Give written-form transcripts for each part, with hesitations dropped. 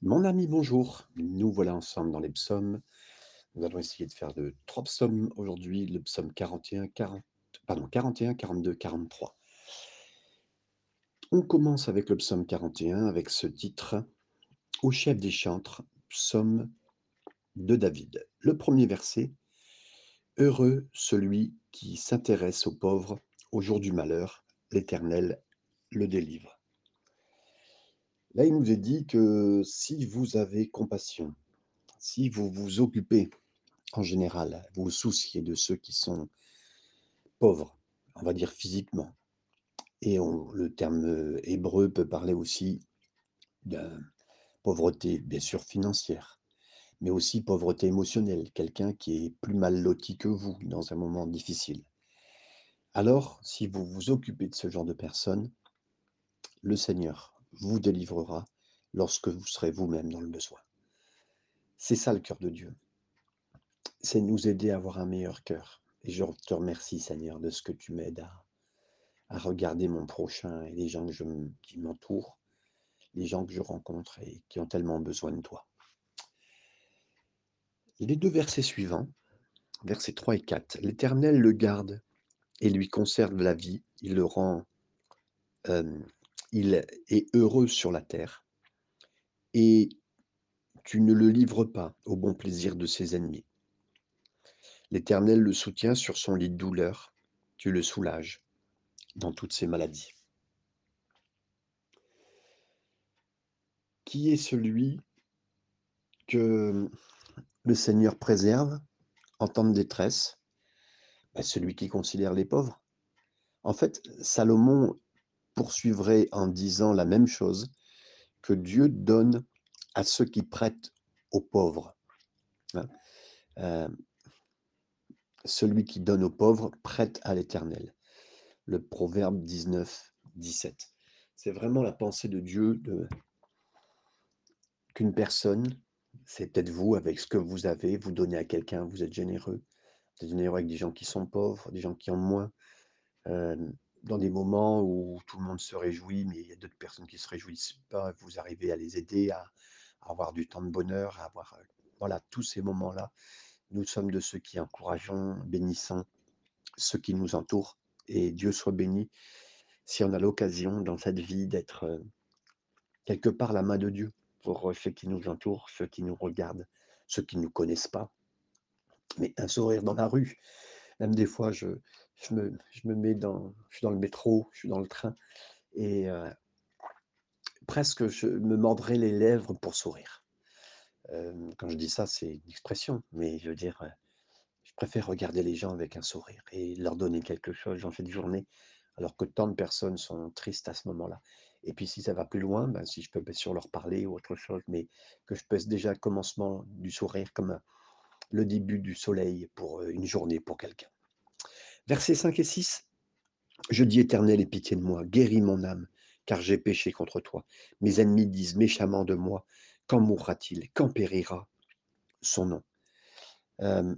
Mon ami, bonjour. Nous voilà ensemble dans les psaumes. Nous allons essayer de faire de 3 psaumes aujourd'hui, le psaume 41, 40, pardon, 41, 42, 43. On commence avec le psaume 41 avec ce titre: Au chef des chantres, psaume de David. Le premier verset: Heureux celui qui s'intéresse aux pauvres au jour du malheur, l'Éternel le délivre. Là, il nous est dit que si vous avez compassion, si vous vous occupez en général, vous vous souciez de ceux qui sont pauvres, on va dire physiquement. Et le terme hébreu peut parler aussi de pauvreté, bien sûr financière, mais aussi pauvreté émotionnelle, quelqu'un qui est plus mal loti que vous dans un moment difficile. Alors, si vous vous occupez de ce genre de personnes, le Seigneur vous délivrera lorsque vous serez vous-même dans le besoin. C'est ça le cœur de Dieu, c'est nous aider à avoir un meilleur cœur. Et je te remercie, Seigneur, de ce que tu m'aides à regarder mon prochain et les gens qui m'entourent, les gens que je rencontre et qui ont tellement besoin de toi. Les 2 versets suivants, versets 3 et 4: «L'Éternel le garde et lui conserve la vie, il le rend, hem, il est heureux sur la terre, et tu ne le livres pas au bon plaisir de ses ennemis. L'Éternel le soutient sur son lit de douleur, tu le soulages dans toutes ses maladies.» Qui est celui que le Seigneur préserve en temps de détresse? Bah, celui qui considère les pauvres. En fait, Salomon poursuivrait en disant la même chose, que Dieu donne à ceux qui prêtent aux pauvres, hein. Heu, Celui qui donne aux pauvres prête à l'Éternel. Le proverbe 19, 17. C'est vraiment la pensée de Dieu qu'une personne, c'est peut-être vous avec ce que vous avez, vous donnez à quelqu'un, vous êtes généreux. Vous êtes généreux avec des gens qui sont pauvres, des gens qui ont moins. Dans des moments où tout le monde se réjouit, mais il y a d'autres personnes qui ne se réjouissent pas, vous arrivez à les aider à avoir du temps de bonheur, à avoir, voilà, tous ces moments-là. Nous sommes de ceux qui encourageons, bénissons ceux qui nous entourent, et Dieu soit béni si on a l'occasion dans cette vie d'être, quelque part la main de Dieu pour, ceux qui nous entourent, ceux qui nous regardent, ceux qui ne nous connaissent pas. Mais un sourire dans la rue, même des fois je me mets je suis dans le métro, je suis dans le train, et presque je me mordrais les lèvres pour sourire. Quand je dis ça, c'est une expression, mais je veux dire, je préfère regarder les gens avec un sourire et leur donner quelque chose dans cette journée, alors que tant de personnes sont tristes à ce moment-là. Et puis si ça va plus loin, ben, si je peux bien sûr leur parler ou autre chose, mais que je puisse déjà le commencement du sourire comme, le début du soleil pour, une journée pour quelqu'un. Versets 5 et 6: Je dis: Éternel, aie pitié de moi, guéris mon âme, car j'ai péché contre toi. Mes ennemis disent méchamment de moi: Quand mourra-t-il? Quand périra son nom? Hem,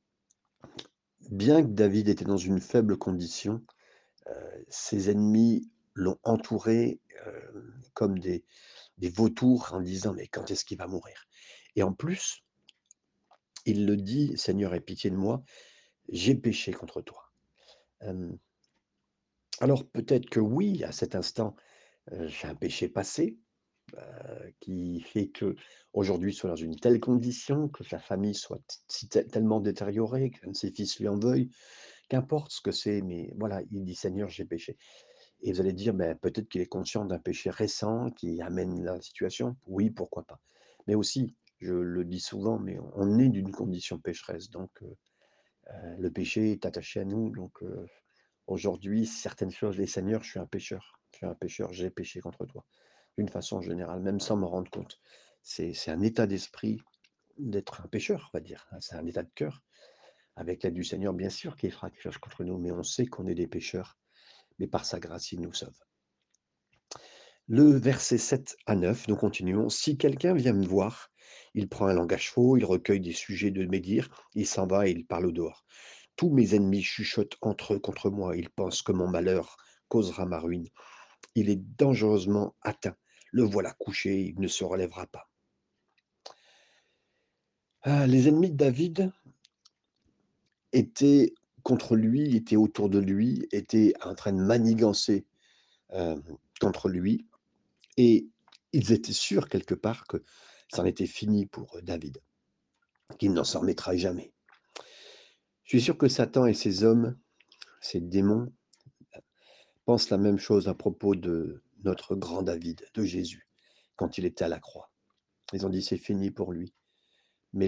Bien que David était dans une faible condition, ses ennemis l'ont entouré, comme des vautours en disant: «Mais quand est-ce qu'il va mourir?» Et en plus, il le dit: «Seigneur, aie pitié de moi, j'ai péché contre toi.» Hem, alors peut-être que oui, à cet instant, j'ai un péché passé, qui fait que aujourd'hui soit dans une telle condition, que sa famille soit si tellement détériorée, qu'un de ses fils lui en veuille, qu'importe ce que c'est, mais voilà, il dit: «Seigneur, j'ai péché.» Et vous allez dire: «Ben, peut-être qu'il est conscient d'un péché récent qui amène la situation.» Oui, pourquoi pas. Mais aussi, je le dis souvent, mais on est d'une condition pécheresse, donc le péché est attaché à nous, donc aujourd'hui, certaines choses: «Et Seigneur, je suis un pécheur, j'ai péché contre toi.» D'une façon générale, même sans m'en rendre compte. C'est un état d'esprit d'être un pécheur, on va dire, hein. C'est un état de cœur, avec l'aide du Seigneur, bien sûr, qu'il fera quelque chose contre nous, mais on sait qu'on est des pécheurs, mais par sa grâce, il nous sauve. Le verset 7 à 9, nous continuons: «Si quelqu'un vient me voir, il prend un langage faux, il recueille des sujets de médire, il s'en va et il parle au dehors. Tous mes ennemis chuchotent entre eux contre moi, ils pensent que mon malheur causera ma ruine. Il est dangereusement atteint, le voilà couché, il ne se relèvera pas.» Les ennemis de David étaient contre lui, étaient autour de lui, étaient en train de manigancer, hem, contre lui et ils étaient sûrs quelque part que c'en était fini pour, David, qu'il n'en s'en remettrait jamais. Je suis sûr que Satan et ses hommes, ses démons, pensent la même chose à propos de notre grand David, de Jésus, quand il était à la croix. Ils ont dit: «C'est fini pour lui». Mais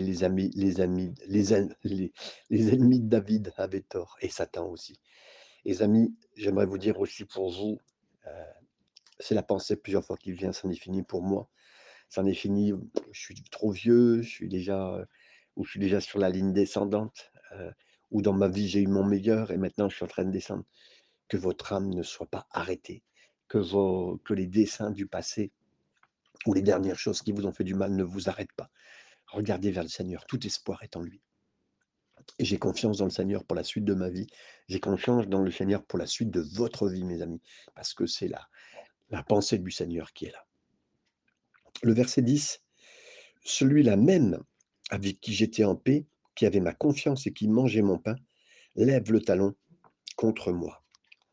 les ennemis de David avaient tort et Satan aussi. Les amis, j'aimerais vous dire aussi pour vous, heu, c'est la pensée plusieurs fois qui vient: «C'en est fini pour moi, c'en est fini, je suis trop vieux, je suis déjà, ou je suis déjà sur la ligne descendante, ou dans ma vie j'ai eu mon meilleur et maintenant je suis en train de descendre». Que votre âme ne soit pas arrêtée, que les desseins du passé ou les dernières choses qui vous ont fait du mal ne vous arrêtent pas. Regardez vers le Seigneur, tout espoir est en lui. Et j'ai confiance dans le Seigneur pour la suite de ma vie. J'ai confiance dans le Seigneur pour la suite de votre vie, mes amis, parce que c'est la pensée du Seigneur qui est là. Le verset 10, celui-là même avec qui j'étais en paix, qui avait ma confiance et qui mangeait mon pain, lève le talon contre moi.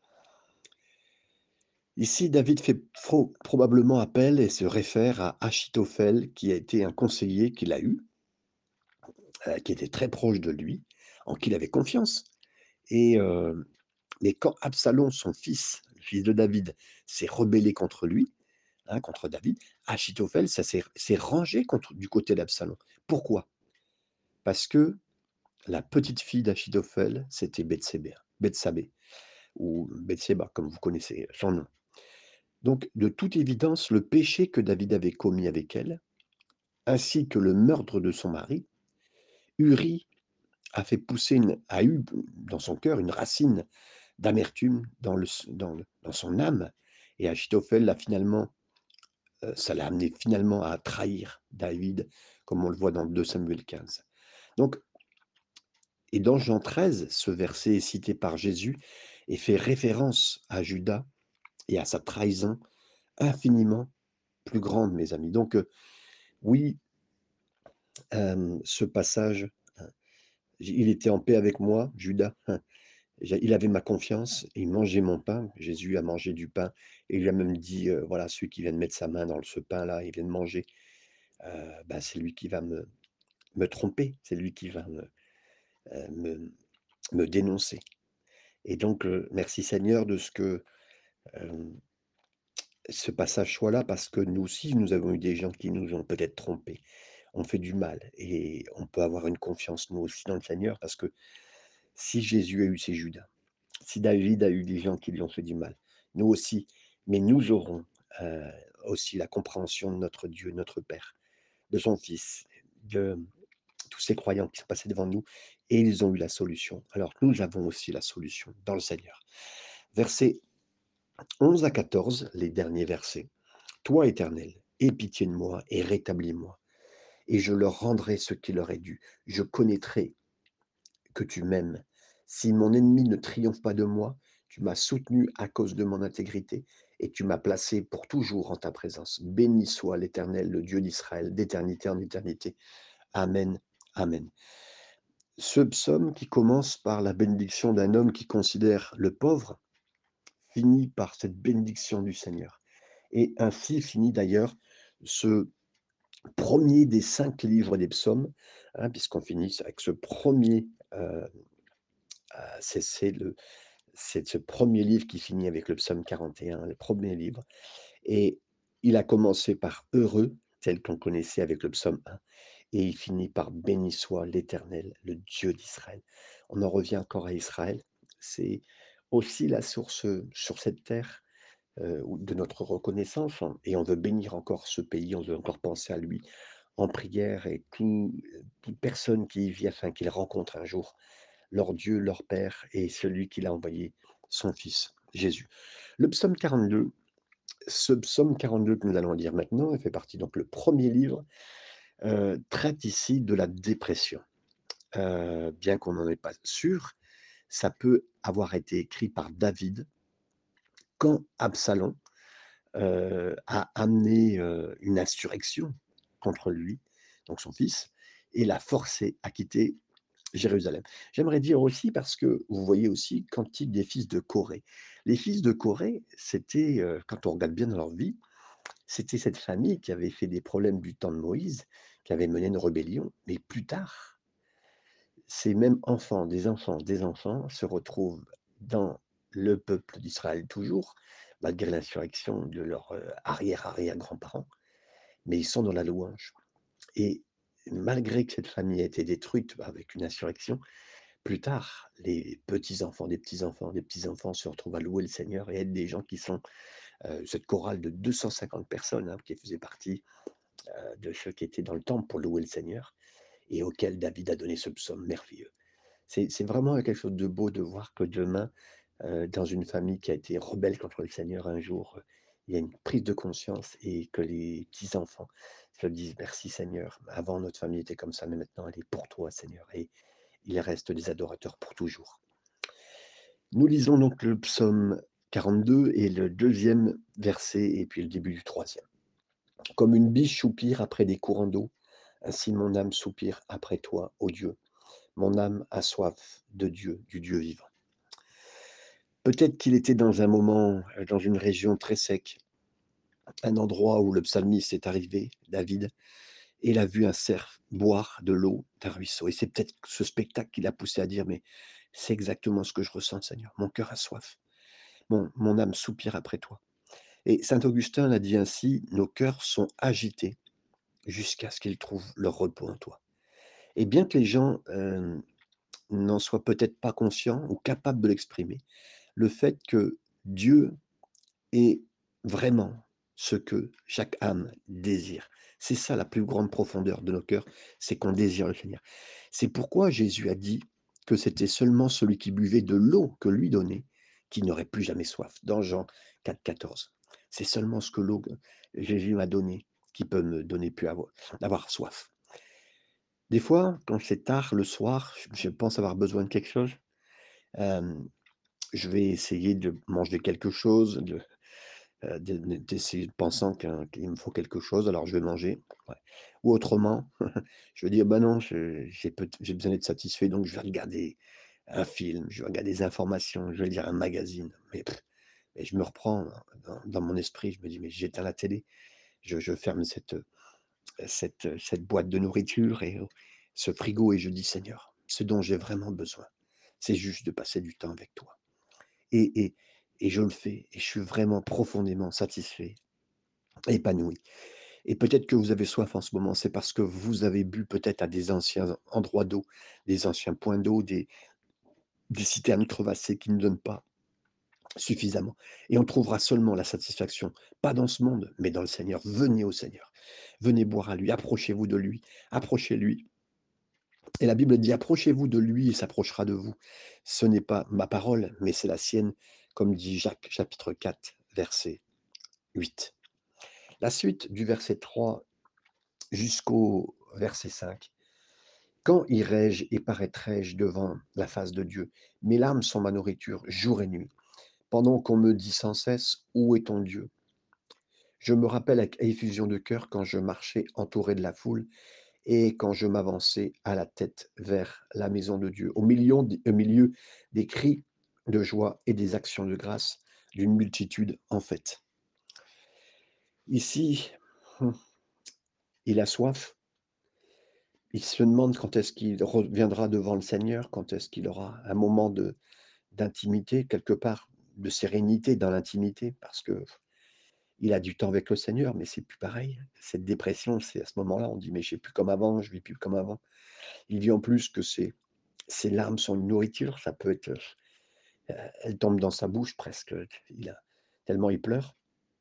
Ici, David fait probablement appel et se réfère à Achitophel, qui a été un conseiller qu'il a eu, qui était très proche de lui, en qui il avait confiance. Et mais quand Absalom, son fils, le fils de David, s'est rebellé contre lui, hein, contre David, Achitophel, ça s'est rangé contre du côté d'Absalom. Pourquoi? Parce que la petite fille d'Achitophel, c'était Bethsabée ou Bethséba, comme vous connaissez son nom. Donc, de toute évidence, le péché que David avait commis avec elle, ainsi que le meurtre de son mari, Uri a eu dans son cœur une racine d'amertume dans son âme et Achitophel l'a finalement, ça l'a amené finalement à trahir David, comme on le voit dans 2 Samuel 15. Donc et dans Jean 13, ce verset est cité par Jésus et fait référence à Judas et à sa trahison infiniment plus grande, mes amis. Donc, oui, ce passage, il était en paix avec moi, Judas. Il avait ma confiance, il mangeait mon pain. Jésus a mangé du pain et il lui a même dit, voilà, celui qui vient de mettre sa main dans ce pain-là, il vient de manger, bah, c'est lui qui va me tromper, c'est lui qui va me me dénoncer. Et donc, merci Seigneur de ce que, hem, ce passage soit là parce que nous aussi, nous avons eu des gens qui nous ont peut-être trompés, ont fait du mal et on peut avoir une confiance nous aussi dans le Seigneur parce que si Jésus a eu ses Judas, si David a eu des gens qui lui ont fait du mal, nous aussi, mais nous aurons, heu, aussi la compréhension de notre Dieu, notre Père, de son Fils, de tous ces croyants qui sont passés devant nous et ils ont eu la solution. Alors nous avons aussi la solution dans le Seigneur. Versets 11 à 14, les derniers versets. Toi, Éternel, aie pitié de moi et rétablis-moi, et je leur rendrai ce qui leur est dû. Je connaîtrai que tu m'aimes. Si mon ennemi ne triomphe pas de moi, tu m'as soutenu à cause de mon intégrité et tu m'as placé pour toujours en ta présence. Béni soit l'Éternel, le Dieu d'Israël, d'éternité en éternité. Amen. Amen. Ce psaume qui commence par la bénédiction d'un homme qui considère le pauvre finit par cette bénédiction du Seigneur. Et ainsi finit d'ailleurs ce premier des 5 livres des psaumes, hein, puisqu'on finit avec ce premier, c'est ce premier livre qui finit avec le psaume 41, le premier livre. Et il a commencé par heureux, tel qu'on connaissait avec le psaume 1, et il finit par béni soit l'Éternel, le Dieu d'Israël. On en revient encore à Israël. C'est aussi la source sur cette terre de notre reconnaissance, hein, et on veut bénir encore ce pays, on veut encore penser à lui en prière et toute personne qui y vit afin qu'ils rencontrent un jour leur Dieu, leur Père et celui qui l'a envoyé, son Fils, Jésus. Le psaume 42, ce psaume 42 que nous allons lire maintenant, il fait partie donc le premier livre, traite ici de la dépression. Bien qu'on n'en est pas sûr, ça peut avoir été écrit par David quand Absalom, a amené, une insurrection contre lui, donc son fils, et l'a forcé à quitter Jérusalem. J'aimerais dire aussi parce que vous voyez aussi Cantique des fils de Corée. Les fils de Corée, c'était, quand on regarde bien dans leur vie, c'était cette famille qui avait fait des problèmes du temps de Moïse, qui avait mené une rébellion, mais plus tard, ces mêmes enfants, des enfants se retrouvent dans le peuple d'Israël toujours, malgré l'insurrection de leurs, arrière-arrière-grands-parents, mais ils sont dans la louange et malgré que cette famille a été détruite avec une insurrection, plus tard, les petits-enfants des petits-enfants des petits-enfants se retrouvent à louer le Seigneur et être des gens qui sont, cette chorale de 250 personnes, hein, qui faisaient partie, de ceux qui étaient dans le temple pour louer le Seigneur et auquel David a donné ce psaume merveilleux. C'est vraiment quelque chose de beau de voir que demain, dans une famille qui a été rebelle contre le Seigneur un jour, il y a une prise de conscience et que les petits-enfants se disent: «Merci Seigneur, avant notre famille était comme ça, mais maintenant elle est pour toi Seigneur» et ils restent des adorateurs pour toujours. Nous lisons donc le psaume 42 et le deuxième verset et puis le début du troisième. «Comme une biche soupire après des courants d'eau, ainsi mon âme soupire après toi, ô Dieu. Mon âme a soif de Dieu, du Dieu vivant». Peut-être qu'il était dans un moment, dans une région très sec, un endroit où le psalmiste est arrivé, David, et il a vu un cerf boire de l'eau d'un ruisseau et c'est peut-être ce spectacle qui l'a poussé à dire: «Mais c'est exactement ce que je ressens Seigneur, mon cœur a soif, mon âme soupire après toi». Et saint Augustin l'a dit ainsi: «Nos cœurs sont agités jusqu'à ce qu'ils trouvent leur repos en toi». Et bien que les gens, n'en soient peut-être pas conscients ou capables de l'exprimer, le fait que Dieu est vraiment ce que chaque âme désire. C'est ça la plus grande profondeur de nos cœurs, c'est qu'on désire le Seigneur. C'est pourquoi Jésus a dit que c'était seulement celui qui buvait de l'eau que lui donnait qui n'aurait plus jamais soif, dans Jean 4,14. C'est seulement ce que l'eau que Jésus m'a donné qui peut me donner plus avoir soif. Des fois, quand c'est tard le soir, je pense avoir besoin de quelque chose, hem, je vais essayer de manger quelque chose, d'essayer pensant qu'il me faut quelque chose, alors je vais manger, ouais. Ou autrement, je vais dire: «Bah non, je j'ai besoin d'être satisfait, donc je vais regarder un film, je vais regarder des informations, je vais lire un magazine». Mais je me reprends dans mon esprit, je me dis: «Mais j'éteins la télé, je ferme cette boîte de nourriture et ce frigo et je dis: "Seigneur, ce dont j'ai vraiment besoin, c'est juste de passer du temps avec toi"». Et et et je le fais et je suis vraiment profondément satisfait, épanoui. Et peut-être que vous avez soif en ce moment, c'est parce que vous avez bu peut-être à des anciens endroits d'eau, des anciens points d'eau, des citernes crevassées qui ne donnent pas suffisamment. Et on trouvera seulement la satisfaction, pas dans ce monde, mais dans le Seigneur. Venez au Seigneur. Venez boire à lui, approchez-vous de lui, approchez-lui. Et la Bible dit: «Approchez-vous de lui, il s'approchera de vous». Ce n'est pas ma parole, mais c'est la sienne, comme dit Jacques chapitre 4, verset 8. La suite du verset 3 jusqu'au verset 5. Quand irai-je et paraîtrai-je devant la face de Dieu? Mes larmes sont ma nourriture jour et nuit, pendant qu'on me dit sans cesse: «Où est ton Dieu?» Je me rappelle avec effusion de cœur quand je marchais entouré de la foule et quand je m'avançais à la tête vers la maison de Dieu, au milieu des cris de joie et des actions de grâce d'une multitude en fête. Ici, mmh, il a soif, il se demande quand est-ce qu'il reviendra devant le Seigneur, quand est-ce qu'il aura un moment de d'intimité, quelque part, de sérénité dans l'intimité, parce que il a du temps avec le Seigneur, mais c'est plus pareil. Cette dépression, c'est à ce moment-là, on dit: «Mais je suis plus comme avant, je vis plus comme avant». Il dit en plus que ses larmes sont une nourriture, ça peut être, elles tombent dans sa bouche presque, il a tellement il pleure.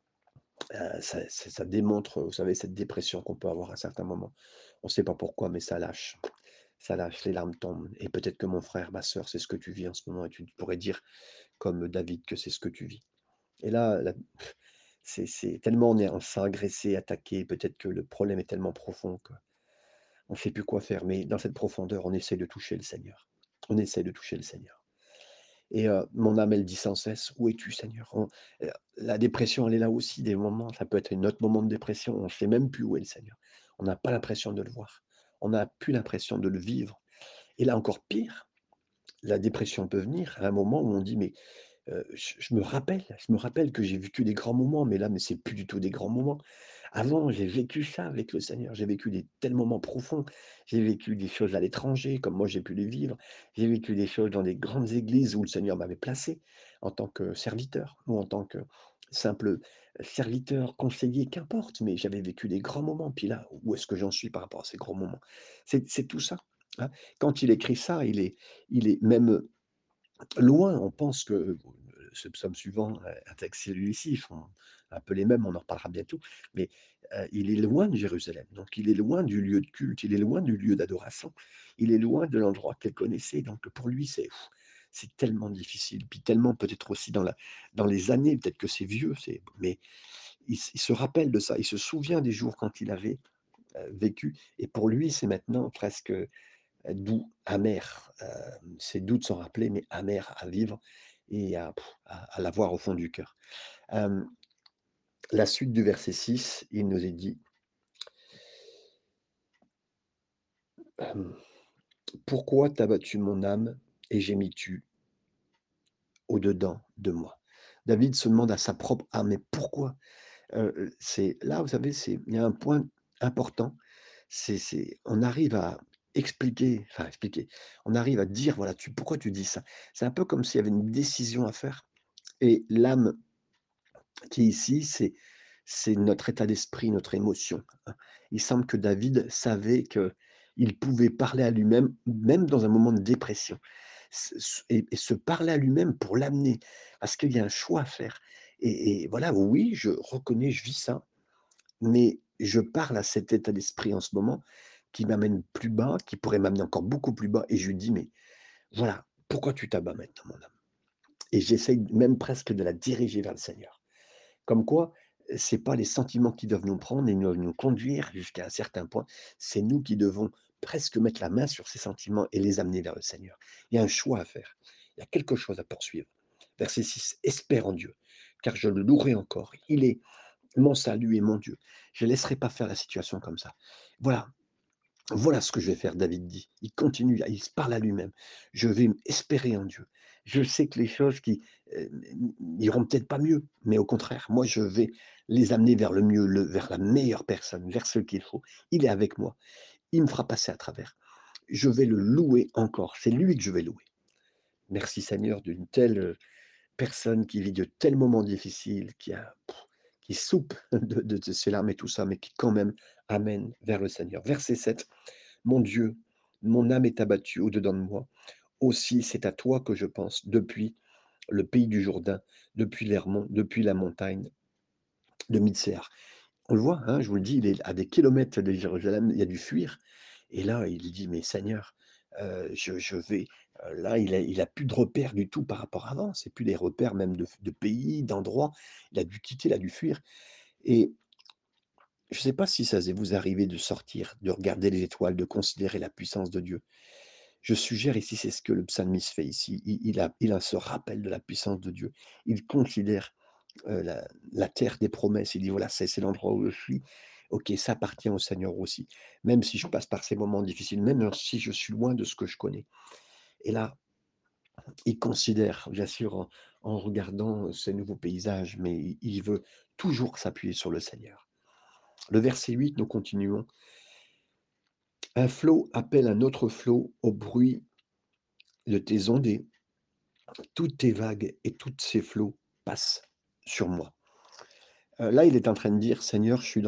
Ça démontre, vous savez, cette dépression qu'on peut avoir à certains moments. On ne sait pas pourquoi, mais ça lâche, les larmes tombent et peut-être que mon frère, ma sœur, c'est ce que tu vis en ce moment et tu pourrais dire comme David que c'est ce que tu vis. Et là, c'est tellement on se sent agressé, attaqué, peut-être que le problème est tellement profond qu'on ne sait plus quoi faire, mais dans cette profondeur, on essaie de toucher le Seigneur. On essaie de toucher le Seigneur. Et mon âme, elle dit sans cesse: «Où es-tu Seigneur?» La dépression, elle est là aussi, des moments, ça peut être un autre moment de dépression, on ne sait même plus où est le Seigneur. On n'a pas l'impression de le voir. on n'a plus l'impression de le vivre et là encore pire, la dépression peut venir à un moment où on dit: «Mais je me rappelle que j'ai vécu des grands moments, mais là, mais c'est plus du tout des grands moments. Avant, j'ai vécu ça avec le Seigneur, j'ai vécu des tels moments profonds, j'ai vécu des choses à l'étranger, comme moi j'ai pu les vivre. J'ai vécu des choses dans des grandes églises où le Seigneur m'avait placé en tant que serviteur ou en tant que simple serviteur, conseiller, qu'importe, mais j'avais vécu des grands moments. Puis là, où est-ce que j'en suis par rapport à ces grands moments? C'est tout ça, hein. Quand il écrit ça, il est même loin, on pense que, ce psaume suivant, un texte celui-ci, font un peu les mêmes, on en reparlera bientôt, mais, il est loin de Jérusalem, donc il est loin du lieu de culte, il est loin du lieu d'adoration, il est loin de l'endroit qu'elle connaissait, donc pour lui, c'est tellement difficile, puis tellement peut-être aussi dans les années, peut-être que c'est vieux, mais il se rappelle de ça, il se souvient des jours quand il avait, vécu et pour lui, c'est maintenant presque, doux, amer, c'est doux de s'en rappeler, mais amer à vivre et à l'avoir au fond du cœur. Hem, la suite du verset 6, il nous est dit, hem: «Pourquoi t'as battu mon âme et gémis-tu au-dedans de moi?» David se demande à sa propre âme: «Mais pourquoi?» C'est là, vous savez, il y a un point important, on arrive à expliquer, on arrive à dire: «Voilà, pourquoi tu dis ça?» C'est un peu comme s'il y avait une décision à faire et l'âme qui ici, c'est notre état d'esprit, notre émotion, hein. Il semble que David savait qu'il pouvait parler à lui-même, même dans un moment de dépression. Et se parler à lui-même pour l'amener, parce qu'il y a un choix à faire et voilà, oui, je reconnais, je vis ça, mais je parle à cet état d'esprit en ce moment qui m'amène plus bas, qui pourrait m'amener encore beaucoup plus bas et je lui dis: «Mais voilà, pourquoi tu t'abats maintenant mon âme?» Et j'essaye même presque de la diriger vers le Seigneur. Comme quoi, c'est pas les sentiments qui doivent nous prendre et nous conduire jusqu'à un certain point. C'est nous qui devons presque mettre la main sur ces sentiments et les amener vers le Seigneur. Il y a un choix à faire. Il y a quelque chose à poursuivre. Verset 6: «Espère en Dieu, car je le louerai encore. Il est mon salut et mon Dieu. Je ne laisserai pas faire la situation comme ça». Voilà, voilà ce que je vais faire, David dit. Il continue, il se parle à lui-même. Je vais espérer en Dieu. Je sais que les choses qui n'iront peut-être pas mieux, mais au contraire, moi, je vais les amener vers le mieux, vers la meilleure personne, vers ce qu'il faut. Il est avec moi. Il me fera passer à travers. Je vais le louer encore. C'est lui que je vais louer. Merci Seigneur d'une telle personne qui vit de tels moments difficiles, qui soupe de ses larmes et tout ça, mais qui quand même amène vers le Seigneur. Verset 7: mon Dieu, mon âme est abattue au-dedans de moi. Aussi, c'est à toi que je pense depuis le pays du Jourdain, depuis l'Hermon, depuis la montagne de Mitséar. On le voit, hein, je vous le dis, il est à des kilomètres de Jérusalem, il a dû fuir. Et là, il dit, mais Seigneur, je vais. Là, il a plus de repères du tout par rapport à avant. C'est plus des repères même de pays, d'endroits. Il a dû quitter, il a dû fuir. Et je ne sais pas si ça vous arrivé de sortir, de regarder les étoiles, de considérer la puissance de Dieu. Je suggère ici, c'est ce que le psalmiste fait ici. Il a ce rappel de la puissance de Dieu. Il considère la terre des promesses. Il dit: «Voilà, c'est l'endroit où je suis. OK, ça appartient au Seigneur aussi. Même si je passe par ces moments difficiles, même si je suis loin de ce que je connais». Et là, il considère, bien sûr, en regardant ces nouveaux paysages, mais il veut toujours s'appuyer sur le Seigneur. Le verset 8, nous continuons: «Un flot appelle un autre flot au bruit de tes ondées. Toutes tes vagues et toutes ces flots passent sur moi». Là, il est en train de dire: «Seigneur, je suis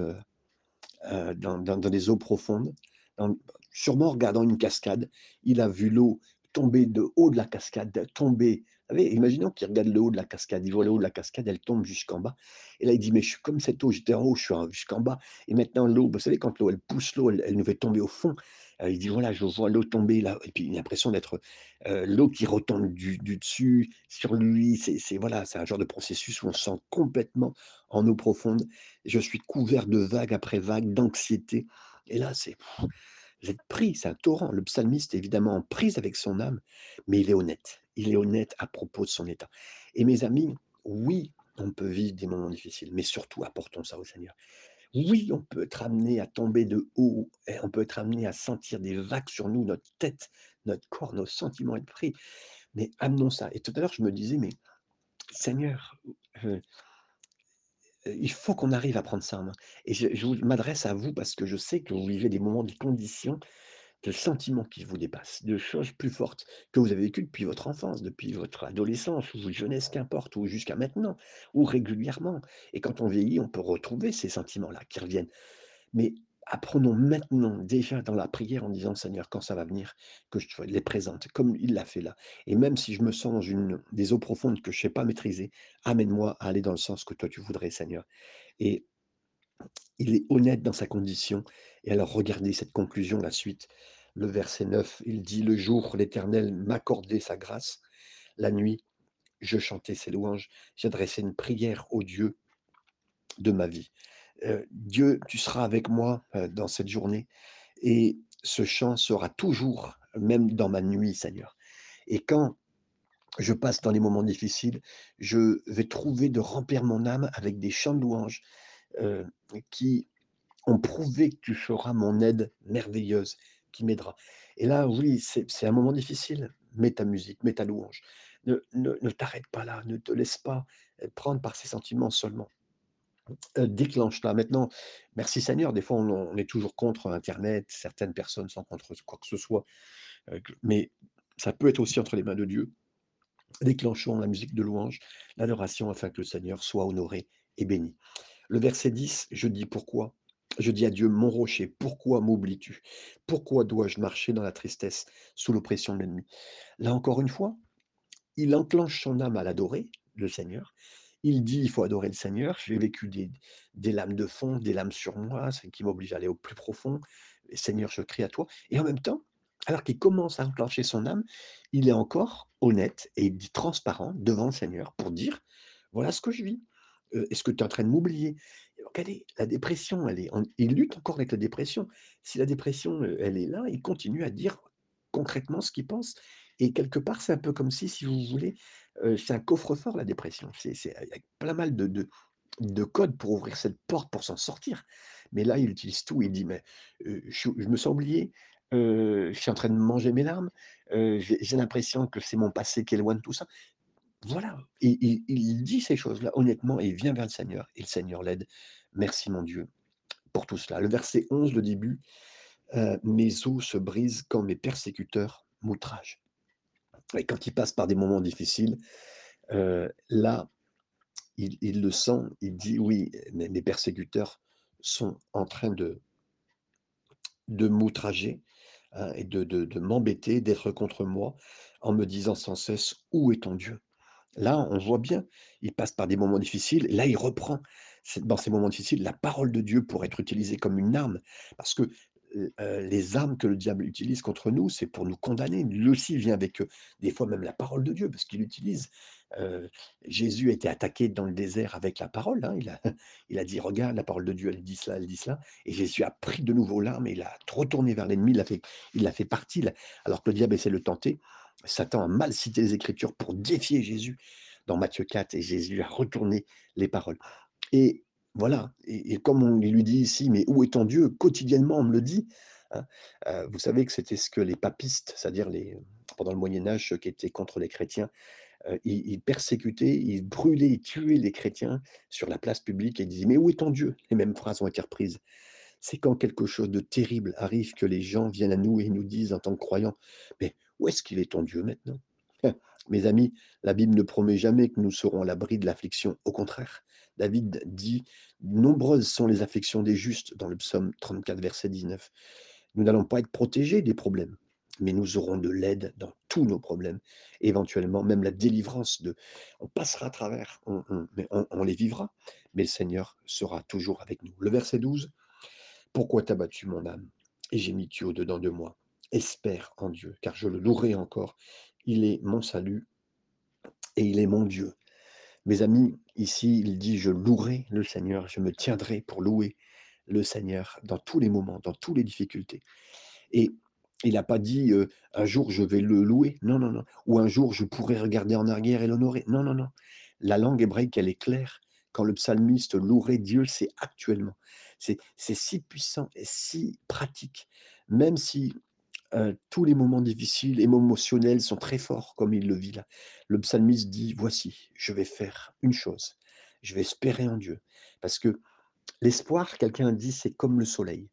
dans des eaux profondes». Dans Sûrement en regardant une cascade, il a vu l'eau tomber de haut de la cascade, tomber, vous savez, imaginons qu'il regarde le haut de la cascade, il voit le haut de la cascade, elle tombe jusqu'en bas et là il dit: «Mais je suis comme cette eau, j'étais en haut, je suis jusqu'en bas et maintenant l'eau», vous savez quand l'eau elle pousse l'eau, elle nous fait tomber au fond. Il dit: «Voilà, je vois l'eau tomber là» et puis il a l'impression d'être, l'eau qui retombe du dessus sur lui. Voilà, c'est un genre de processus où on se sent complètement en eau profonde. Je suis couvert de vague après vague, d'anxiété et là vous êtes pris, c'est un torrent. Le psalmiste est évidemment en prise avec son âme, mais il est honnête. Il est honnête à propos de son état. Et mes amis, oui, on peut vivre des moments difficiles, mais surtout apportons ça au Seigneur. Oui, on peut être amené à tomber de haut et on peut être amené à sentir des vagues sur nous, notre tête, notre corps, nos sentiments être pris. Mais amenons ça et tout à l'heure, je me disais: «Mais Seigneur, heu il faut qu'on arrive à prendre ça en main» et je m'adresse à vous parce que je sais que vous vivez des moments, des conditions, de sentiments qui vous dépassent, de choses plus fortes que vous avez vécues depuis votre enfance, depuis votre adolescence ou votre jeunesse, qu'importe, ou jusqu'à maintenant, ou régulièrement et quand on vieillit, on peut retrouver ces sentiments-là qui reviennent. Mais apprenons maintenant, déjà dans la prière en disant: «Seigneur, quand ça va venir, que je te les présente», comme il l'a fait là et même si je me sens dans une des eaux profondes que je ne sais pas maîtriser, amène-moi à aller dans le sens que toi tu voudrais, Seigneur et il est honnête dans sa condition et alors regardez cette conclusion, la suite, le verset 9, il dit: «Le jour, l'Éternel m'accordait sa grâce, la nuit, je chantais ses louanges, j'adressais une prière au Dieu de ma vie». Dieu, tu seras avec moi, dans cette journée et ce chant sera toujours, même dans ma nuit, Seigneur. Et quand je passe dans les moments difficiles, je vais trouver de remplir mon âme avec des chants de louanges, heu, qui ont prouvé que tu seras mon aide merveilleuse, qui m'aidera. Et là, oui, c'est un moment difficile. Mets ta musique, mets ta louange. Ne t'arrête pas là, ne te laisse pas, prendre par ces sentiments seulement. Déclenche-la. Maintenant, merci Seigneur, des fois on est toujours contre internet, certaines personnes sont contre quoi que ce soit, mais ça peut être aussi entre les mains de Dieu. Déclenchons la musique de louange, l'adoration afin que le Seigneur soit honoré et béni. Le verset 10, je dis: «Pourquoi?» Je dis à Dieu: «Mon rocher, pourquoi m'oublies-tu? Pourquoi dois-je marcher dans la tristesse, sous l'oppression de l'ennemi?» Là encore une fois, il enclenche son âme à l'adorer, le Seigneur. Il dit: «Il faut adorer le Seigneur». J'ai vécu des lames de fond, des lames sur moi, ce qui m'oblige à aller au plus profond. Et Seigneur, je crie à toi et en même temps, alors qu'il commence à enclencher son âme, il est encore honnête et il dit transparent devant le Seigneur pour dire: «Voilà ce que je vis. Est-ce que tu es en train de m'oublier?» Regardez, la dépression, elle est il lutte encore avec la dépression. Si la dépression, elle est là, il continue à dire concrètement ce qu'il pense et quelque part, c'est un peu comme si vous voulez, c'est un coffre-fort la dépression. C'est il y a plein mal de codes pour ouvrir cette porte, pour s'en sortir. Mais là, il utilise tout, il dit: «Mais, je me sens oublié, je suis en train de manger mes larmes, j'ai l'impression que c'est mon passé qui éloigne tout ça». Voilà, et il dit ces choses-là honnêtement et il vient vers le Seigneur et le Seigneur l'aide. Merci mon Dieu pour tout cela. Le verset 11, le début, «Mes os se brisent quand mes persécuteurs m'outragent». Et quand il passe par des moments difficiles, là, il le sent, il dit: «Oui, mes persécuteurs sont en train de m'outrager, et de m'embêter, d'être contre moi, en me disant sans cesse: "Où est ton Dieu?"». Là, on voit bien, il passe par des moments difficiles, là, il reprend. C'est dans ces moments difficiles, la parole de Dieu pour être utilisée comme une arme, parce que, les armes que le diable utilise contre nous, c'est pour nous condamner. Lui aussi vient avec, des fois même la parole de Dieu, parce qu'il utilise. Heu, Jésus a été attaqué dans le désert avec la parole, hein. Il a dit: «Regarde, la parole de Dieu, elle dit cela» et Jésus a pris de nouveau l'arme et il a retourné vers l'ennemi, il l'a fait partie, alors que le diable essaie de le tenter. Satan a mal cité les Écritures pour défier Jésus dans Matthieu 4 et Jésus a retourné les paroles. Et voilà, et comme on lui dit ici: «Mais où est ton Dieu?» Quotidiennement, on me le dit, hein. Vous savez que c'était ce que les papistes, c'est-à-dire pendant le Moyen Âge, ceux qui étaient contre les chrétiens, ils persécutaient, ils brûlaient, ils tuaient les chrétiens sur la place publique et ils disaient: «Mais où est ton Dieu?» Les mêmes phrases ont été reprises. C'est quand quelque chose de terrible arrive que les gens viennent à nous et nous disent en tant que croyants: «Mais où est-ce qu'il est ton Dieu maintenant?» Mes amis, la Bible ne promet jamais que nous serons à l'abri de l'affliction. Au contraire, David dit: «Nombreuses sont les afflictions des justes» dans le psaume 34, verset 19. Nous n'allons pas être protégés des problèmes, mais nous aurons de l'aide dans tous nos problèmes, éventuellement même la délivrance de on passera à travers, mais on les vivra, mais le Seigneur sera toujours avec nous. Le verset 12: «Pourquoi t'as battu mon âme et gémis-tu au-dedans de moi? Espère en Dieu, car je le louerai encore. Il est mon salut et il est mon Dieu». Mes amis, ici, il dit: «Je louerai le Seigneur, je me tiendrai pour louer le Seigneur dans tous les moments, dans toutes les difficultés». Et il n'a pas dit, «Un jour je vais le louer». Non, non, non. Ou «Un jour je pourrai regarder en arrière et l'honorer». Non, non, non. La langue hébraïque, elle est claire. quand le psalmiste louerait Dieu, c'est actuellement. C'est si puissant et si pratique, même si tous les moments difficiles, émotionnels sont très forts comme il le vit là. Le psalmiste dit: «Voici, je vais faire une chose, je vais espérer en Dieu». Parce que l'espoir, quelqu'un dit, c'est comme le soleil.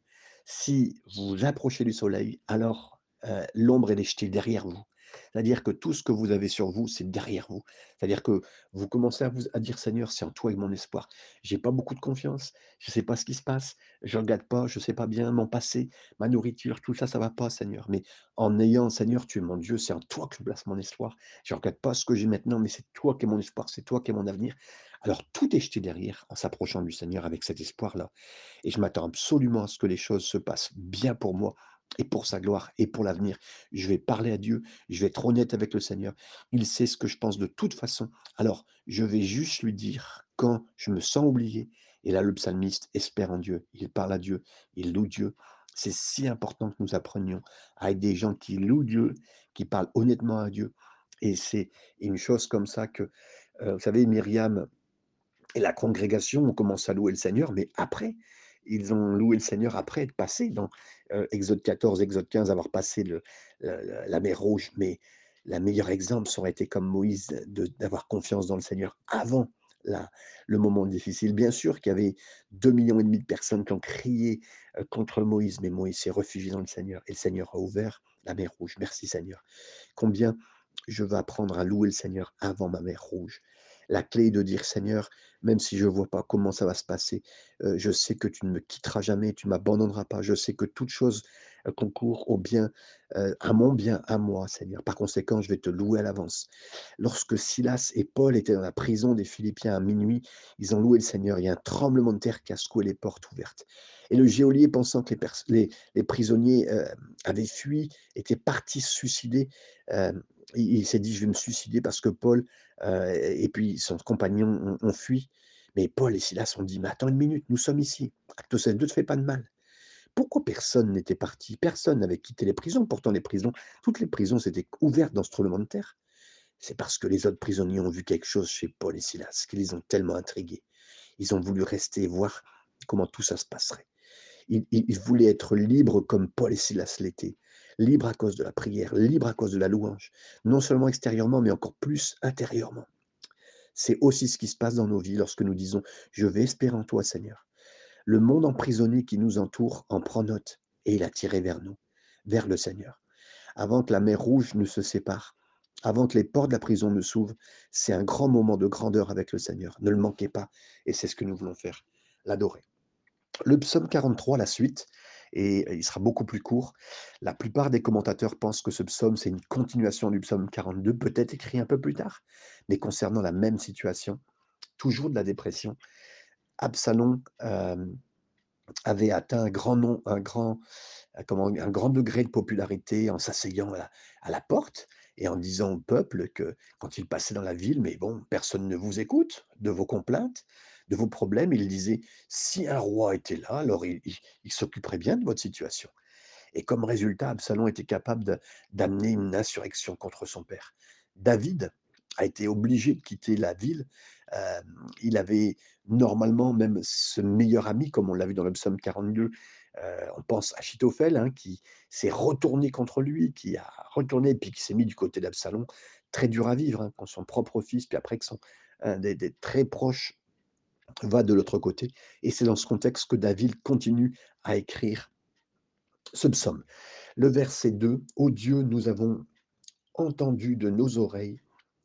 Si vous vous approchez du soleil, alors, l'ombre elle est jetée derrière vous. C'est-à-dire que tout ce que vous avez sur vous, c'est derrière vous. C'est-à-dire que vous commencez à dire: «Seigneur, c'est en toi est mon espoir. J'ai pas beaucoup de confiance, je sais pas ce qui se passe, je regarde pas, je sais pas bien mon passé, ma nourriture, tout ça, ça va pas Seigneur. Mais en ayant Seigneur, tu es mon Dieu, c'est en toi que je place mon espoir. Je regarde pas ce que j'ai maintenant, mais c'est toi qui es mon espoir, c'est toi qui es mon avenir». Alors tout est jeté derrière en s'approchant du Seigneur avec cet espoir-là. Et je m'attends absolument à ce que les choses se passent bien pour moi et pour sa gloire et pour l'avenir. Je vais parler à Dieu, je vais être honnête avec le Seigneur. Il sait ce que je pense de toute façon. Alors, je vais juste lui dire quand je me sens oublié. Et là, le psalmiste espère en Dieu. Il parle à Dieu, il loue Dieu. C'est si important que nous apprenions à être des gens qui louent Dieu, qui parlent honnêtement à Dieu. Et c'est une chose comme ça que, vous savez, Myriam et la congrégation ont commencé à louer le Seigneur, mais après, ils ont loué le Seigneur après être passés dans, Exode 14, Exode 15, avoir passé la mer Rouge. Mais la meilleur exemple, ça aurait été comme Moïse d'avoir confiance dans le Seigneur avant la le moment difficile. Bien sûr qu'il y avait 2,5 millions de personnes qui ont crié, contre Moïse, mais Moïse s'est réfugié dans le Seigneur et le Seigneur a ouvert la mer Rouge. Merci Seigneur. Combien je veux apprendre à louer le Seigneur avant ma mer rouge. La clé est de dire: «Seigneur, même si je ne vois pas comment ça va se passer, je sais que tu ne me quitteras jamais, tu ne m'abandonneras pas. Je sais que toute chose, concourt au bien, à mon bien, à moi, Seigneur. Par conséquent, je vais te louer à l'avance». Lorsque Silas et Paul étaient dans la prison des Philippiens à minuit, ils ont loué le Seigneur. Il y a un tremblement de terre qui a secoué les portes ouvertes. Et le geôlier, pensant que les prisonniers, avaient fui, étaient partis se suicider, il s'est dit: «Je vais me suicider parce que Paul, et puis son compagnon ont fui». Mais Paul et Silas ont dit: «Mais attends une minute, nous sommes ici. Acte 16 ne te fais pas de mal». Pourquoi personne n'était parti? Personne n'avait quitté les prisons. Pourtant les prisons toutes les prisons s'étaient ouvertes dans ce tremblement de terre. C'est parce que les autres prisonniers ont vu quelque chose chez Paul et Silas qui les ont tellement intrigués. Ils ont voulu rester voir comment tout ça se passerait. Ils voulaient être libres comme Paul et Silas l'étaient, libres à cause de la prière, libres à cause de la louange, non seulement extérieurement, mais encore plus intérieurement. C'est aussi ce qui se passe dans nos vies lorsque nous disons: «Je vais espérer en toi, Seigneur». Le monde emprisonné qui nous entoure en prend note et il a tiré vers nous, vers le Seigneur. Avant que la mer Rouge ne se sépare, avant que les portes de la prison ne s'ouvrent, c'est un grand moment de grandeur avec le Seigneur. Ne le manquez pas et c'est ce que nous voulons faire, l'adorer. Le psaume 43, la suite, et il sera beaucoup plus court. La plupart des commentateurs pensent que ce psaume, c'est une continuation du psaume 42, peut-être écrit un peu plus tard, mais concernant la même situation, toujours de la dépression. Absalom avait atteint un grand nom, un grand degré de popularité en s'asseyant à la porte et en disant au peuple que quand il passait dans la ville, mais bon, personne ne vous écoute de vos complaintes, de vos problèmes. Il disait: «Si un roi était là, alors il s'occuperait bien de votre situation». Et comme résultat, Absalom était capable d'amener une insurrection contre son père. David a été obligé de quitter la ville. Il avait normalement même ce meilleur ami, comme on l'a vu dans le psaume 42. On pense à Achitophel, hein, qui s'est retourné contre lui, qui a retourné, puis qui s'est mis du côté d'Absalom. Très dur à vivre, hein, quand son propre fils, puis après que un des très proches va de l'autre côté. Et c'est dans ce contexte que David continue à écrire ce psaume. Le verset 2: «Ô Dieu, nous avons entendu de nos oreilles,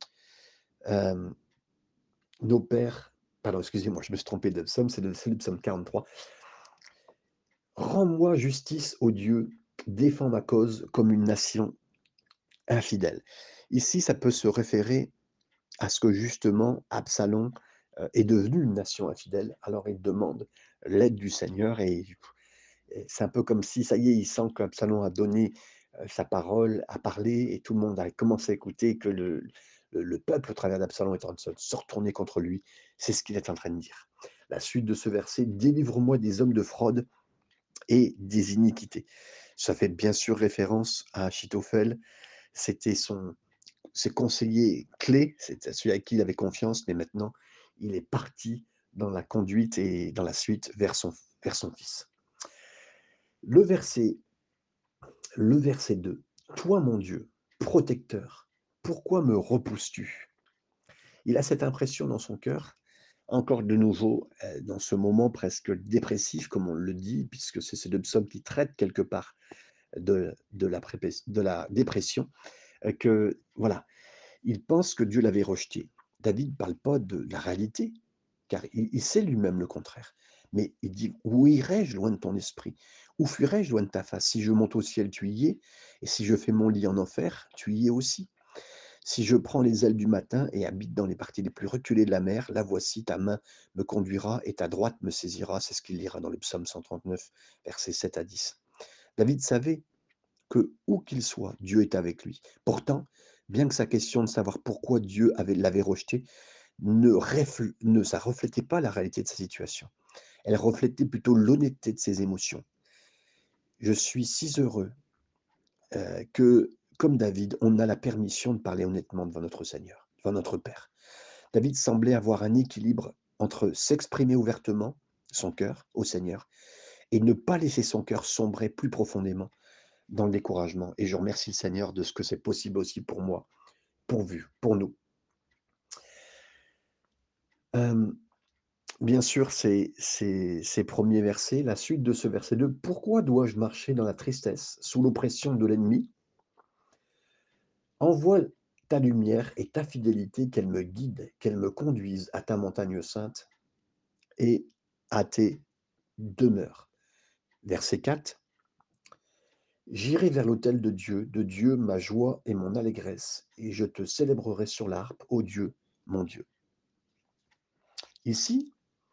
hem, nos pères». Pardon, excusez-moi, je me suis trompé de psaume, c'est le psaume 43. «Rends-moi justice, ô Dieu, défends ma cause comme une nation infidèle». Ici, ça peut se référer à ce que justement Absalom, est devenu une nation infidèle. Alors il demande l'aide du Seigneur et c'est un peu comme si ça y est, il sent qu'Absalom a donné, sa parole, a parlé et tout le monde a commencé à écouter, que le peuple au travers d'Absalom est en train de se retourner contre lui. C'est ce qu'il est en train de dire. La suite de ce verset: «Délivre-moi des hommes de fraude et des iniquités». Ça fait bien sûr référence à Achitophel. C'était ses conseillers clés, c'était celui à qui il avait confiance, mais maintenant il est parti dans la conduite et dans la suite vers son fils. Le verset le verset 2. Toi mon Dieu, protecteur, pourquoi me repousses-tu? Il a cette impression dans son cœur, encore de nouveau, dans ce moment presque dépressif comme on le dit, puisque c'est ces 2 psaumes qui traitent quelque part de la dépression, que voilà, il pense que Dieu l'avait rejeté. David ne parle pas de la réalité, car il sait lui-même le contraire. Mais il dit: «Où irai-je loin de ton esprit? Où fuirai-je loin de ta face? Si je monte au ciel, tu y es, et si je fais mon lit en enfer, tu y es aussi. Si je prends les ailes du matin et habite dans les parties les plus reculées de la mer, là voici ta main me conduira et ta droite me saisira.» C'est ce qu'il lira dans le psaume 139, versets 7 à 10. David savait que, où qu'il soit, Dieu est avec lui. Pourtant, bien que sa question de savoir pourquoi l'avait rejeté ça reflétait pas la réalité de sa situation. Elle reflétait plutôt l'honnêteté de ses émotions. Je suis si heureux que, comme David, on a la permission de parler honnêtement devant notre Seigneur, devant notre Père. David semblait avoir un équilibre entre s'exprimer ouvertement, son cœur, au Seigneur, et ne pas laisser son cœur sombrer plus profondément dans le découragement. Et je remercie le Seigneur de ce que c'est possible aussi pour moi, pour nous. Euh, Bien sûr, ces premiers versets, la suite de ce verset 2. Pourquoi dois-je marcher dans la tristesse, sous l'oppression de l'ennemi? Envoie ta lumière et ta fidélité, qu'elle me guide, qu'elle me conduise à ta montagne sainte et à tes demeures. Verset 4. J'irai vers l'autel de Dieu ma joie et mon allégresse, et je te célébrerai sur l'harpe, ô Dieu, mon Dieu. Ici,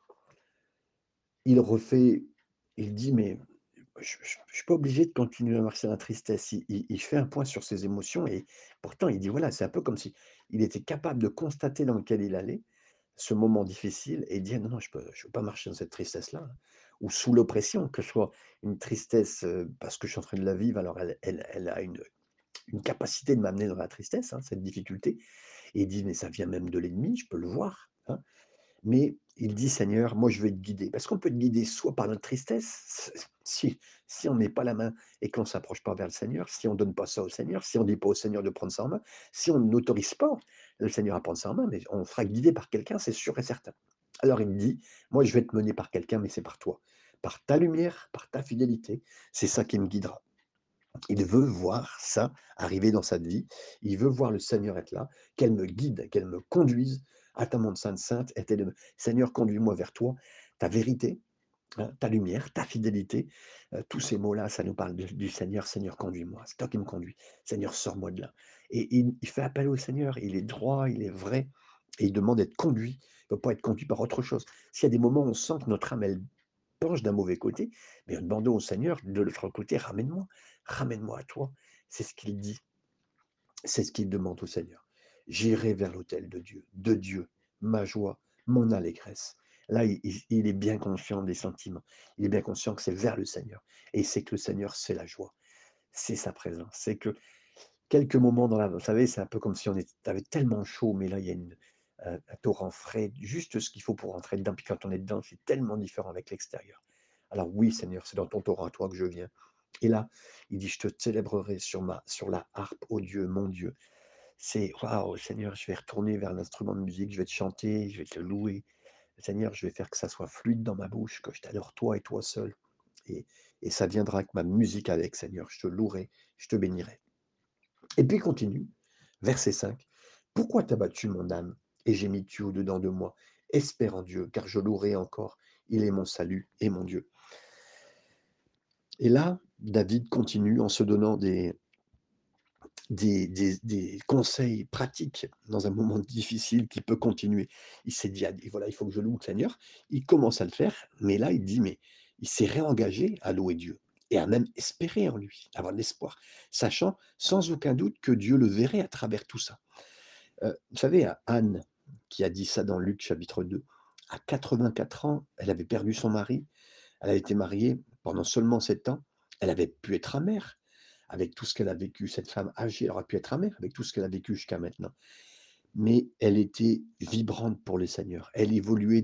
il refait, il dit, mais je ne suis pas obligé de continuer à marcher dans la tristesse. Il fait un point sur ses émotions et pourtant il dit, voilà, c'est un peu comme si il était capable de constater dans lequel il allait, ce moment difficile, et dire: «Non, non, je peux pas marcher dans cette tristesse-là, hein», ou sous l'oppression, que ce soit une tristesse, parce que je suis en train de la vivre, alors elle a une capacité de m'amener dans la tristesse, hein, cette difficulté, et il dit: «Mais ça vient même de l'ennemi, je peux le voir, hein». Mais il dit: «Seigneur, moi je vais te guider». Parce qu'on peut te guider soit par notre tristesse, si on met pas la main et qu'on ne s'approche pas vers le Seigneur, si on donne pas ça au Seigneur, si on dit pas au Seigneur de prendre ça en main, si on n'autorise pas le Seigneur à prendre ça en main, mais on sera guidé par quelqu'un, c'est sûr et certain. Alors il me dit: «Moi je vais te mener par quelqu'un, mais c'est par toi, par ta lumière, par ta fidélité, c'est ça qui me guidera». Il veut voir ça arriver dans sa vie. Il veut voir le Seigneur être là, qu'elle me guide, qu'elle me conduise à ta montagne sainte, sainte. Seigneur, conduis-moi vers toi, ta vérité, hein, ta lumière, ta fidélité. Tous ces mots-là, ça nous parle du Seigneur. Seigneur, conduis-moi. C'est toi qui me conduis. Seigneur, sors-moi de là. Et il fait appel au Seigneur. Il est droit, il est vrai. Et il demande d'être conduit. Il ne peut pas être conduit par autre chose. S'il y a des moments où on sent que notre âme, elle penche d'un mauvais côté, mais demandons au Seigneur de l'autre côté, ramène-moi, ramène-moi à toi. C'est ce qu'il dit, c'est ce qu'il demande au Seigneur. J'irai vers l'autel de Dieu, ma joie, mon allégresse. Là, il est bien conscient des sentiments. Il est bien conscient que c'est vers le Seigneur. Et c'est que le Seigneur, c'est la joie. C'est sa présence. C'est que quelques moments dans la, vous savez, c'est un peu comme si on avait tellement chaud, mais là, il y a un torrent frais, juste ce qu'il faut pour rentrer dedans. Puis quand on est dedans, c'est tellement différent avec l'extérieur. Alors oui, Seigneur, c'est dans ton torrent à toi que je viens. Et là, il dit: «Je te célébrerai sur la harpe, ô Dieu, mon Dieu». C'est waouh, Seigneur, je vais retourner vers l'instrument de musique, je vais te chanter, je vais te louer. Seigneur, je vais faire que ça soit fluide dans ma bouche, que je t'adore toi et toi seul. Et, et ça viendra avec ma musique avec, Seigneur. Je te louerai, je te bénirai. Et puis il continue, verset 5. Pourquoi t'as battu mon âme et gémis-tu au-dedans de moi? Espère en Dieu, car je louerai encore. Il est mon salut et mon Dieu. Et là, David continue en se donnant des conseils pratiques dans un moment difficile qui peut continuer. Il s'est dit: «Ah, voilà, il faut que je loue le Seigneur». Il commence à le faire, mais là, il dit, mais il s'est réengagé à louer Dieu et à même espérer en lui, avoir de l'espoir, sachant sans aucun doute que Dieu le verrait à travers tout ça. Vous savez, à Anne, qui a dit ça dans Luc chapitre 2, à 84 ans, elle avait perdu son mari, elle a été mariée pendant seulement 7 ans, elle avait pu être amère avec tout ce qu'elle a vécu. Cette femme âgée, elle aurait pu être amère avec tout ce qu'elle a vécu jusqu'à maintenant. Mais elle était vibrante pour le Seigneur. Elle évoluait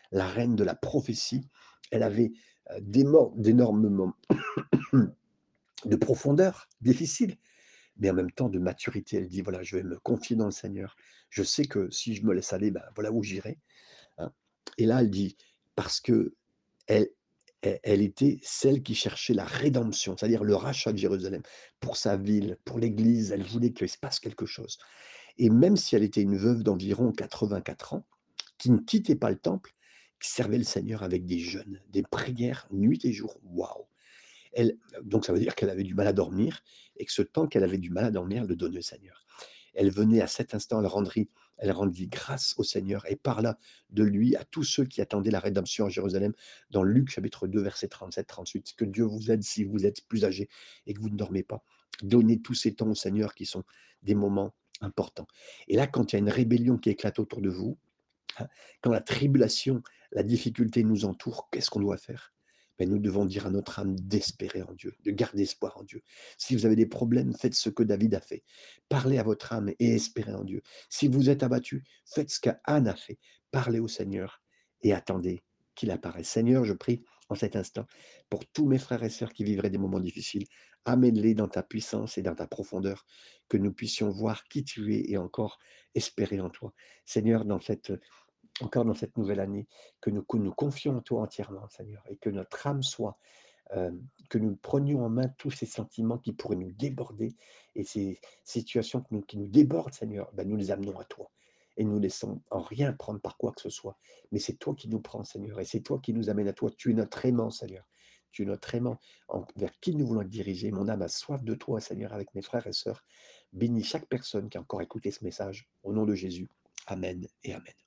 la reine de la prophétie. Elle avait, d'énormes moments de profondeur, difficile, mais en même temps de maturité. Elle dit: «Voilà, je vais me confier dans le Seigneur. Je sais que si je me laisse aller, ben, voilà où j'irai», hein. Et là, elle dit: «Parce qu'elle elle était celle qui cherchait la rédemption», c'est-à-dire le rachat de Jérusalem, pour sa ville, pour l'Église. Elle voulait qu'il se passe quelque chose. Et même si elle était une veuve d'environ 84 ans, qui ne quittait pas le temple, qui servait le Seigneur avec des jeûnes, des prières nuit et jour. Waouh! Elle Donc ça veut dire qu'elle avait du mal à dormir et que ce temps qu'elle avait du mal à dormir, elle le donnait au Seigneur. Elle venait à cet instant, elle rendit grâce au Seigneur et parla de lui à tous ceux qui attendaient la rédemption à Jérusalem, dans Luc chapitre 2, versets 37-38. Que Dieu vous aide si vous êtes plus âgé et que vous ne dormez pas. Donnez tous ces temps au Seigneur qui sont des moments importants. Et là, quand il y a une rébellion qui éclate autour de vous, hein, quand la tribulation, la difficulté nous entoure, qu'est-ce qu'on doit faire? Ben, nous devons dire à notre âme d'espérer en Dieu, de garder espoir en Dieu. Si vous avez des problèmes, faites ce que David a fait. Parlez à votre âme et espérez en Dieu. Si vous êtes abattu, faites ce qu'Anne a fait. Parlez au Seigneur et attendez qu'il apparaisse. Seigneur, je prie en cet instant pour tous mes frères et sœurs qui vivraient des moments difficiles. Amène-les dans ta puissance et dans ta profondeur, que nous puissions voir qui tu es et encore espérer en toi. Seigneur, encore dans cette nouvelle année, que nous confions en toi entièrement, Seigneur, et que notre âme soit, que nous prenions en main tous ces sentiments qui pourraient nous déborder et ces situations qui nous débordent, Seigneur, ben, nous les amenons à toi et nous laissons en rien prendre par quoi que ce soit. Mais c'est toi qui nous prends, Seigneur, et c'est toi qui nous amènes à toi. Tu es notre aimant, Seigneur. Tu es notre aimant vers qui nous voulons être dirigés. Mon âme a soif de toi, Seigneur, avec mes frères et sœurs. Bénis chaque personne qui a encore écouté ce message. Au nom de Jésus. Amen et Amen.